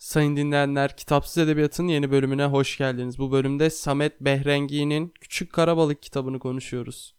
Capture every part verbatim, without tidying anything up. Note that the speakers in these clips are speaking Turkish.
Sayın dinleyenler, Kitapsız Edebiyat'ın yeni bölümüne hoş geldiniz. Bu bölümde Samet Behrengi'nin Küçük Karabalık kitabını konuşuyoruz.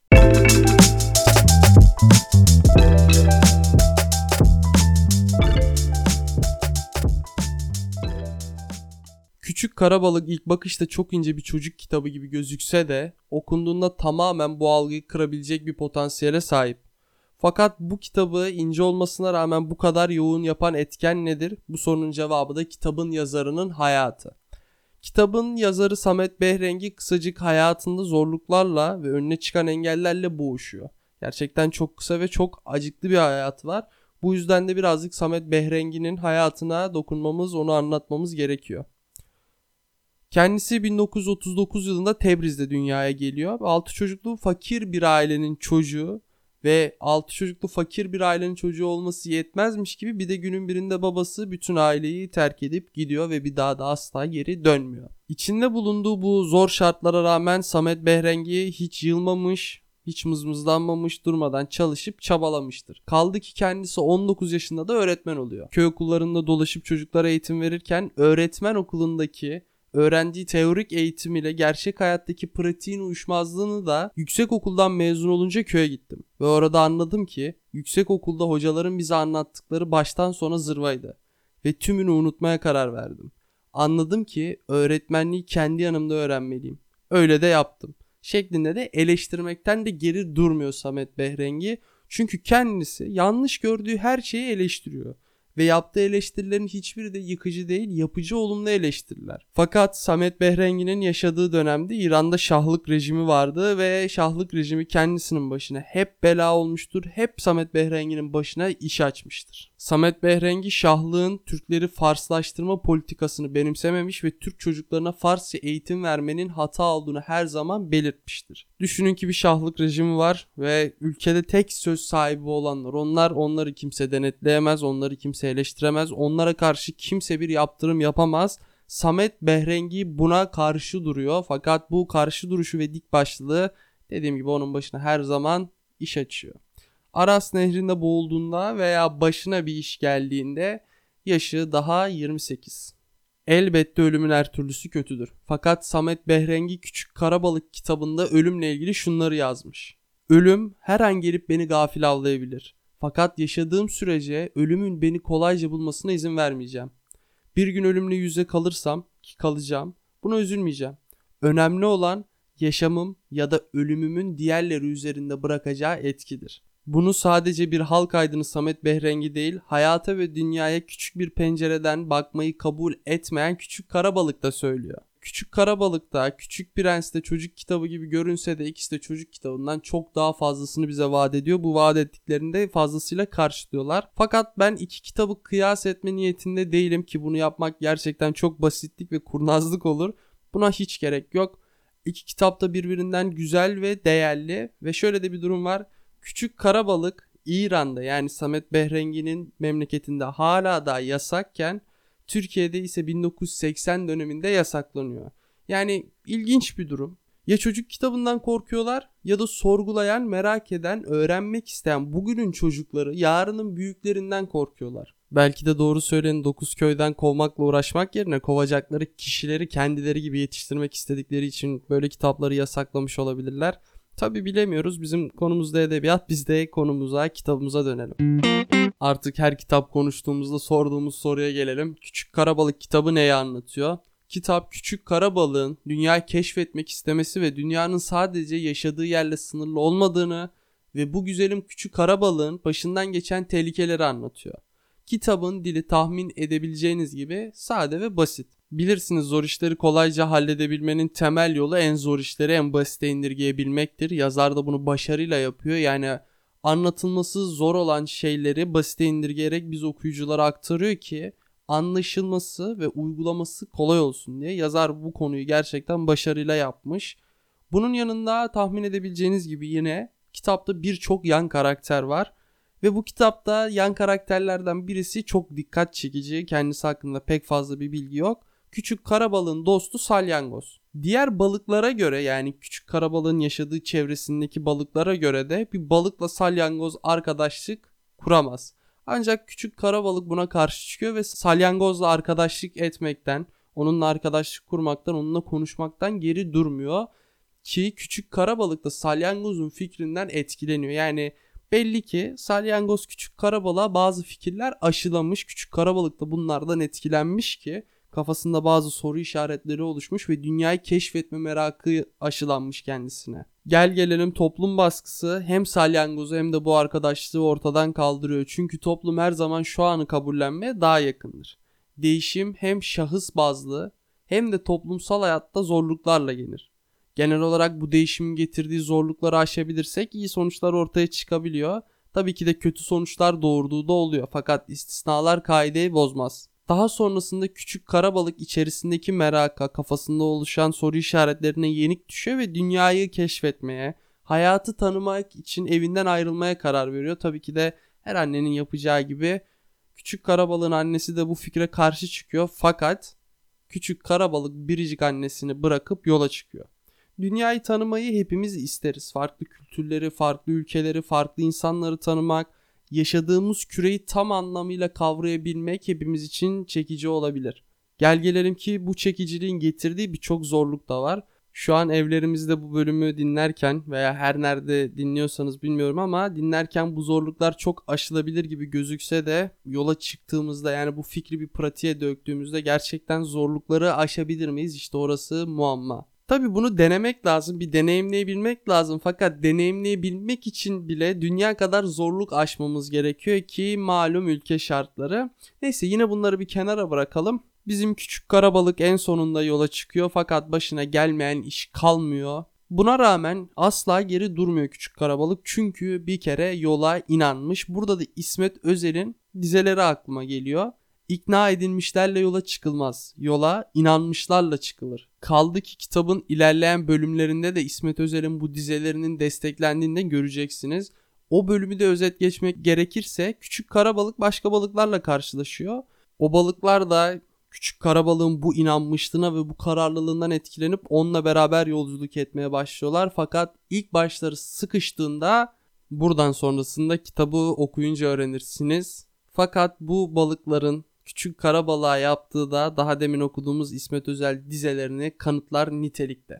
Küçük Karabalık ilk bakışta çok ince bir çocuk kitabı gibi gözükse de okunduğunda tamamen bu algıyı kırabilecek bir potansiyele sahip. Fakat bu kitabı ince olmasına rağmen bu kadar yoğun yapan etken nedir? Bu sorunun cevabı da kitabın yazarının hayatı. Kitabın yazarı Samet Behrengi kısacık hayatında zorluklarla ve önüne çıkan engellerle boğuşuyor. Gerçekten çok kısa ve çok acıklı bir hayatı var. Bu yüzden de birazcık Samet Behrengi'nin hayatına dokunmamız, onu anlatmamız gerekiyor. Kendisi bin dokuz yüz otuz dokuz yılında Tebriz'de dünyaya geliyor. altı çocuklu fakir bir ailenin çocuğu ve altı çocuklu fakir bir ailenin çocuğu olması yetmezmiş gibi bir de günün birinde babası bütün aileyi terk edip gidiyor ve bir daha da asla geri dönmüyor. İçinde bulunduğu bu zor şartlara rağmen Samet Behrengi hiç yılmamış, hiç mızmızlanmamış, durmadan çalışıp çabalamıştır. Kaldı ki kendisi on dokuz yaşında da öğretmen oluyor. Köy okullarında dolaşıp çocuklara eğitim verirken öğretmen okulundaki öğrendiği teorik eğitim ile gerçek hayattaki pratiğin uyuşmazlığını da yüksekokuldan mezun olunca köye gittim. Ve orada anladım ki yüksekokulda hocaların bize anlattıkları baştan sona zırvaydı. Ve tümünü unutmaya karar verdim. Anladım ki öğretmenliği kendi yanımda öğrenmeliyim. Öyle de yaptım. Şeklinde de eleştirmekten de geri durmuyor Samet Behrengi. Çünkü kendisi yanlış gördüğü her şeyi eleştiriyor. Ve yaptığı eleştirilerin hiçbiri de yıkıcı değil, yapıcı olumlu eleştiriler. Fakat Samet Behrengi'nin yaşadığı dönemde İran'da şahlık rejimi vardı ve şahlık rejimi kendisinin başına hep bela olmuştur. Hep Samet Behrengi'nin başına iş açmıştır. Samet Behrengi şahlığın Türkleri Farslaştırma politikasını benimsememiş ve Türk çocuklarına Farsça eğitim vermenin hata olduğunu her zaman belirtmiştir. Düşünün ki bir şahlık rejimi var ve ülkede tek söz sahibi olanlar onlar, onları kimse denetleyemez, onları kimse eleştiremez, onlara karşı kimse bir yaptırım yapamaz. Samet Behrengi buna karşı duruyor fakat bu karşı duruşu ve dik başlılığı dediğim gibi onun başına her zaman iş açıyor. Aras Nehri'nde boğulduğunda veya başına bir iş geldiğinde yaşı daha yirmi sekiz. Elbette ölümün her türlüsü kötüdür. Fakat Samet Behrengi Küçük Karabalık kitabında ölümle ilgili şunları yazmış. Ölüm her an gelip beni gafil avlayabilir. Fakat yaşadığım sürece ölümün beni kolayca bulmasına izin vermeyeceğim. Bir gün ölümle yüze kalırsam ki kalacağım, buna üzülmeyeceğim. Önemli olan yaşamım ya da ölümümün diğerleri üzerinde bırakacağı etkidir. Bunu sadece bir halk aydını Samet Behrengi değil, hayata ve dünyaya küçük bir pencereden bakmayı kabul etmeyen Küçük Karabalık da söylüyor. Küçük Karabalık da Küçük Prens de çocuk kitabı gibi görünse de ikisi de çocuk kitabından çok daha fazlasını bize vaat ediyor. Bu vaat ettiklerinde fazlasıyla karşılıyorlar. Fakat ben iki kitabı kıyas etme niyetinde değilim ki bunu yapmak gerçekten çok basitlik ve kurnazlık olur. Buna hiç gerek yok. İki kitap da birbirinden güzel ve değerli ve şöyle de bir durum var. Küçük Karabalık İran'da yani Samet Behrengi'nin memleketinde hala da yasakken Türkiye'de ise bin dokuz yüz seksen döneminde yasaklanıyor. Yani ilginç bir durum. Ya çocuk kitabından korkuyorlar ya da sorgulayan, merak eden, öğrenmek isteyen bugünün çocukları yarının büyüklerinden korkuyorlar. Belki de doğru söyleyen dokuz köyden kovmakla uğraşmak yerine kovacakları kişileri kendileri gibi yetiştirmek istedikleri için böyle kitapları yasaklamış olabilirler. Tabi bilemiyoruz. Bizim konumuzda edebiyat. Biz de konumuza, kitabımıza dönelim. Artık her kitap konuştuğumuzda sorduğumuz soruya gelelim. Küçük Karabalık kitabı neyi anlatıyor? Kitap Küçük Karabalık'ın dünyayı keşfetmek istemesi ve dünyanın sadece yaşadığı yerle sınırlı olmadığını ve bu güzelim Küçük Karabalık'ın başından geçen tehlikeleri anlatıyor. Kitabın dili tahmin edebileceğiniz gibi sade ve basit. Bilirsiniz zor işleri kolayca halledebilmenin temel yolu en zor işleri en basite indirgeyebilmektir. Yazar da bunu başarıyla yapıyor. Yani anlatılması zor olan şeyleri basite indirgeyerek biz okuyuculara aktarıyor ki anlaşılması ve uygulaması kolay olsun diye. Yazar bu konuyu gerçekten başarıyla yapmış. Bunun yanında tahmin edebileceğiniz gibi yine kitapta birçok yan karakter var. Ve bu kitapta yan karakterlerden birisi çok dikkat çekici. Kendisi hakkında pek fazla bir bilgi yok. Küçük Karabalık'ın dostu salyangoz. Diğer balıklara göre yani Küçük Karabalık'ın yaşadığı çevresindeki balıklara göre de bir balıkla salyangoz arkadaşlık kuramaz. Ancak küçük karabalık buna karşı çıkıyor ve salyangozla arkadaşlık etmekten, onunla arkadaşlık kurmaktan, onunla konuşmaktan geri durmuyor. Ki küçük karabalık da salyangozun fikrinden etkileniyor. Yani belli ki salyangoz küçük karabalığa bazı fikirler aşılamış. Küçük karabalık da bunlardan etkilenmiş ki kafasında bazı soru işaretleri oluşmuş ve dünyayı keşfetme merakı aşılanmış kendisine. Gel gelelim toplum baskısı hem salyangozu hem de bu arkadaşlığı ortadan kaldırıyor. Çünkü toplum her zaman şu anı kabullenmeye daha yakındır. Değişim hem şahıs bazlı hem de toplumsal hayatta zorluklarla gelir. Genel olarak bu değişimin getirdiği zorlukları aşabilirsek iyi sonuçlar ortaya çıkabiliyor. Tabii ki de kötü sonuçlar doğurduğu da oluyor fakat istisnalar kaideyi bozmaz. Daha sonrasında küçük karabalık içerisindeki meraka, kafasında oluşan soru işaretlerine yenik düşüyor ve dünyayı keşfetmeye, hayatı tanımak için evinden ayrılmaya karar veriyor. Tabii ki de her annenin yapacağı gibi küçük karabalığın annesi de bu fikre karşı çıkıyor fakat küçük karabalık biricik annesini bırakıp yola çıkıyor. Dünyayı tanımayı hepimiz isteriz. Farklı kültürleri, farklı ülkeleri, farklı insanları tanımak, yaşadığımız küreyi tam anlamıyla kavrayabilmek hepimiz için çekici olabilir. Gel gelelim ki bu çekiciliğin getirdiği birçok zorluk da var. Şu an evlerimizde bu bölümü dinlerken veya her nerede dinliyorsanız bilmiyorum ama dinlerken bu zorluklar çok aşılabilir gibi gözükse de yola çıktığımızda yani bu fikri bir pratiğe döktüğümüzde gerçekten zorlukları aşabilir miyiz? İşte orası muamma. Tabii bunu denemek lazım, bir deneyimleyebilmek lazım fakat deneyimleyebilmek için bile dünya kadar zorluk aşmamız gerekiyor ki malum ülke şartları. Neyse yine bunları bir kenara bırakalım. Bizim küçük karabalık en sonunda yola çıkıyor fakat başına gelmeyen iş kalmıyor. Buna rağmen asla geri durmuyor küçük karabalık çünkü bir kere yola inanmış. Burada da İsmet Özel'in dizeleri aklıma geliyor. İkna edilmişlerle yola çıkılmaz. Yola inanmışlarla çıkılır. Kaldı ki kitabın ilerleyen bölümlerinde de İsmet Özel'in bu dizelerinin desteklendiğini de göreceksiniz. O bölümü de özet geçmek gerekirse küçük karabalık başka balıklarla karşılaşıyor. O balıklar da küçük karabalığın bu inanmışlığına ve bu kararlılığından etkilenip onunla beraber yolculuk etmeye başlıyorlar. Fakat ilk başları sıkıştığında buradan sonrasında kitabı okuyunca öğrenirsiniz. Fakat bu balıkların küçük karabalığa yaptığı da daha demin okuduğumuz İsmet Özel dizelerini kanıtlar nitelikte.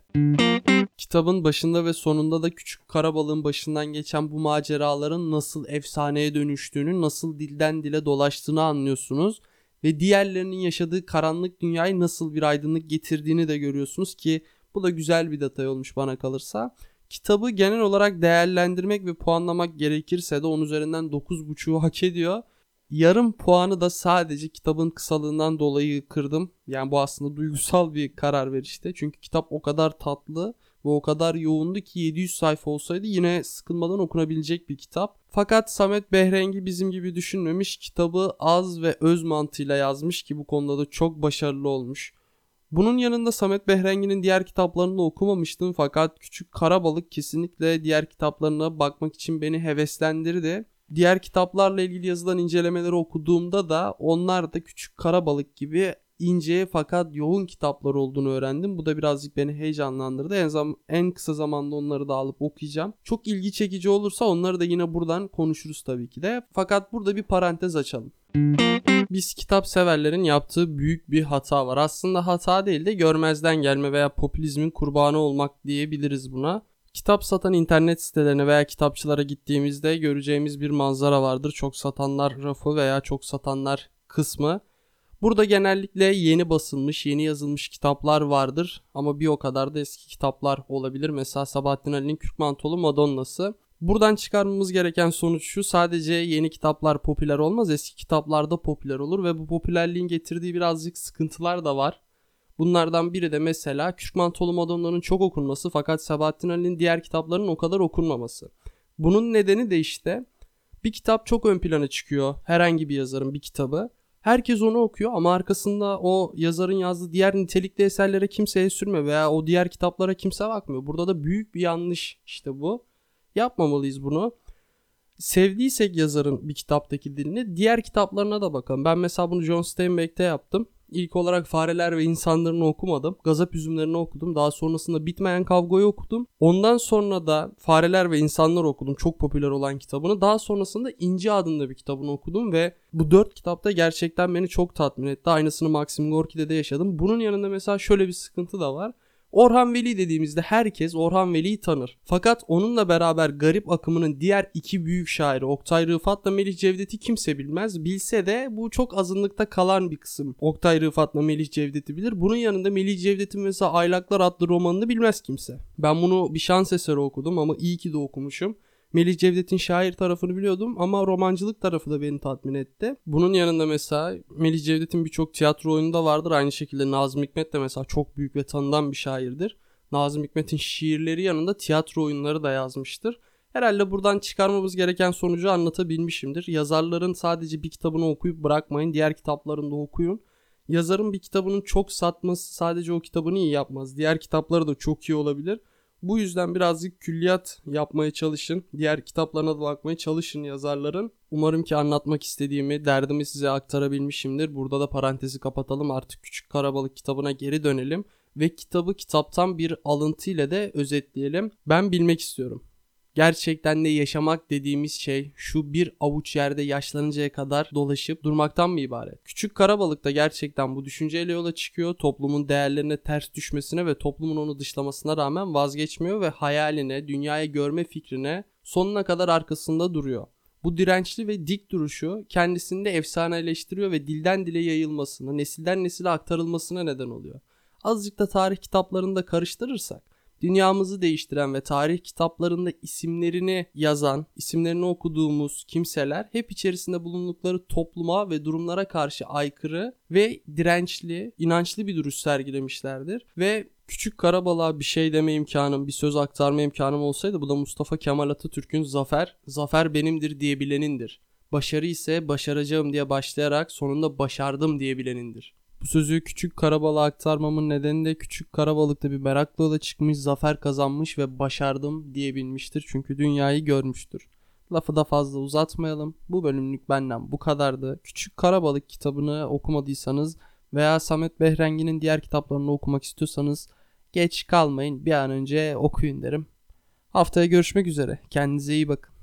Kitabın başında ve sonunda da küçük karabalığın başından geçen bu maceraların nasıl efsaneye dönüştüğünü, nasıl dilden dile dolaştığını anlıyorsunuz. Ve diğerlerinin yaşadığı karanlık dünyayı nasıl bir aydınlık getirdiğini de görüyorsunuz ki bu da güzel bir detay olmuş bana kalırsa. Kitabı genel olarak değerlendirmek ve puanlamak gerekirse de on üzerinden dokuz buçuğu hak ediyor. Yarım puanı da sadece kitabın kısalığından dolayı kırdım. Yani bu aslında duygusal bir karar verişte. Çünkü kitap o kadar tatlı ve o kadar yoğundu ki yedi yüz sayfa olsaydı yine sıkılmadan okunabilecek bir kitap. Fakat Samet Behrengi bizim gibi düşünmemiş. Kitabı az ve öz mantığıyla yazmış ki bu konuda da çok başarılı olmuş. Bunun yanında Samet Behrengi'nin diğer kitaplarını da okumamıştım fakat Küçük Karabalık kesinlikle diğer kitaplarına bakmak için beni heveslendirdi. Diğer kitaplarla ilgili yazılan incelemeleri okuduğumda da onlar da Küçük Karabalık gibi ince fakat yoğun kitaplar olduğunu öğrendim. Bu da birazcık beni heyecanlandırdı. En, zam- en kısa zamanda onları da alıp okuyacağım. Çok ilgi çekici olursa onları da yine buradan konuşuruz tabii ki de. Fakat burada bir parantez açalım. Biz kitap severlerin yaptığı büyük bir hata var. Aslında hata değil de görmezden gelme veya popülizmin kurbanı olmak diyebiliriz buna. Kitap satan internet sitelerine veya kitapçılara gittiğimizde göreceğimiz bir manzara vardır. Çok satanlar rafı veya çok satanlar kısmı. Burada genellikle yeni basılmış, yeni yazılmış kitaplar vardır. Ama bir o kadar da eski kitaplar olabilir. Mesela Sabahattin Ali'nin Kürk Mantolu Madonna'sı. Buradan çıkarmamız gereken sonuç şu: sadece yeni kitaplar popüler olmaz, eski kitaplar da popüler olur ve bu popülerliğin getirdiği birazcık sıkıntılar da var. Bunlardan biri de mesela Kürk Mantolu Madonna'nın çok okunması fakat Sabahattin Ali'nin diğer kitaplarının o kadar okunmaması. Bunun nedeni de işte bir kitap çok ön plana çıkıyor, herhangi bir yazarın bir kitabı. Herkes onu okuyor ama arkasında o yazarın yazdığı diğer nitelikli eserlere kimse el sürmüyor veya o diğer kitaplara kimse bakmıyor. Burada da büyük bir yanlış işte bu. Yapmamalıyız bunu. Sevdiysek yazarın bir kitaptaki dilini diğer kitaplarına da bakalım. Ben mesela bunu John Steinbeck'te yaptım. İlk olarak Fareler ve İnsanlarını okumadım. Gazap Üzümlerini okudum. Daha sonrasında Bitmeyen Kavga'yı okudum. Ondan sonra da Fareler ve İnsanlar okudum. Çok popüler olan kitabını. Daha sonrasında İnci adında bir kitabını okudum ve bu dört kitapta gerçekten beni çok tatmin etti. Aynısını Maxim Gorki'de de yaşadım. Bunun yanında mesela şöyle bir sıkıntı da var. Orhan Veli dediğimizde herkes Orhan Veli'yi tanır. Fakat onunla beraber garip akımının diğer iki büyük şairi Oktay Rıfat'la Melih Cevdet'i kimse bilmez. Bilse de bu çok azınlıkta kalan bir kısım. Oktay Rıfat'la Melih Cevdet'i bilir. Bunun yanında Melih Cevdet'in mesela Aylaklar adlı romanını bilmez kimse. Ben bunu bir şans eseri okudum ama iyi ki de okumuşum. Melih Cevdet'in şair tarafını biliyordum ama romancılık tarafı da beni tatmin etti. Bunun yanında mesela Melih Cevdet'in birçok tiyatro oyunu da vardır. Aynı şekilde Nazım Hikmet de mesela çok büyük ve tanınan bir şairdir. Nazım Hikmet'in şiirleri yanında tiyatro oyunları da yazmıştır. Herhalde buradan çıkarmamız gereken sonucu anlatabilmişimdir. Yazarların sadece bir kitabını okuyup bırakmayın, diğer kitaplarını da okuyun. Yazarın bir kitabının çok satması sadece o kitabını iyi yapmaz. Diğer kitapları da çok iyi olabilir. Bu yüzden birazcık külliyat yapmaya çalışın. Diğer kitaplarına da bakmaya çalışın yazarların. Umarım ki anlatmak istediğimi, derdimi size aktarabilmişimdir. Burada da parantezi kapatalım. Artık Küçük Karabalık kitabına geri dönelim. Ve kitabı kitaptan bir alıntı ile de özetleyelim. Ben bilmek istiyorum. Gerçekten de yaşamak dediğimiz şey şu bir avuç yerde yaşlanıncaya kadar dolaşıp durmaktan mı ibaret? Küçük Karabalık da gerçekten bu düşünceyle yola çıkıyor. Toplumun değerlerine ters düşmesine ve toplumun onu dışlamasına rağmen vazgeçmiyor ve hayaline, dünyayı görme fikrine sonuna kadar arkasında duruyor. Bu dirençli ve dik duruşu kendisini de efsaneleştiriyor ve dilden dile yayılmasına, nesilden nesile aktarılmasına neden oluyor. Azıcık da tarih kitaplarında karıştırırsak, dünyamızı değiştiren ve tarih kitaplarında isimlerini yazan, isimlerini okuduğumuz kimseler hep içerisinde bulundukları topluma ve durumlara karşı aykırı ve dirençli, inançlı bir duruş sergilemişlerdir. Ve Küçük Karabalık'a bir şey deme imkanım, bir söz aktarma imkanım olsaydı bu da Mustafa Kemal Atatürk'ün zafer, zafer benimdir diyebilenindir. Başarı ise başaracağım diye başlayarak sonunda başardım diyebilenindir. Bu sözü Küçük Karabalık'a aktarmamın nedeni de Küçük Karabalık'ta bir meraklı yola çıkmış, zafer kazanmış ve başardım diyebilmiştir. Çünkü dünyayı görmüştür. Lafı da fazla uzatmayalım. Bu bölümlük benden bu kadardı. Küçük Karabalık kitabını okumadıysanız veya Samet Behrengi'nin diğer kitaplarını okumak istiyorsanız geç kalmayın, bir an önce okuyun derim. Haftaya görüşmek üzere. Kendinize iyi bakın.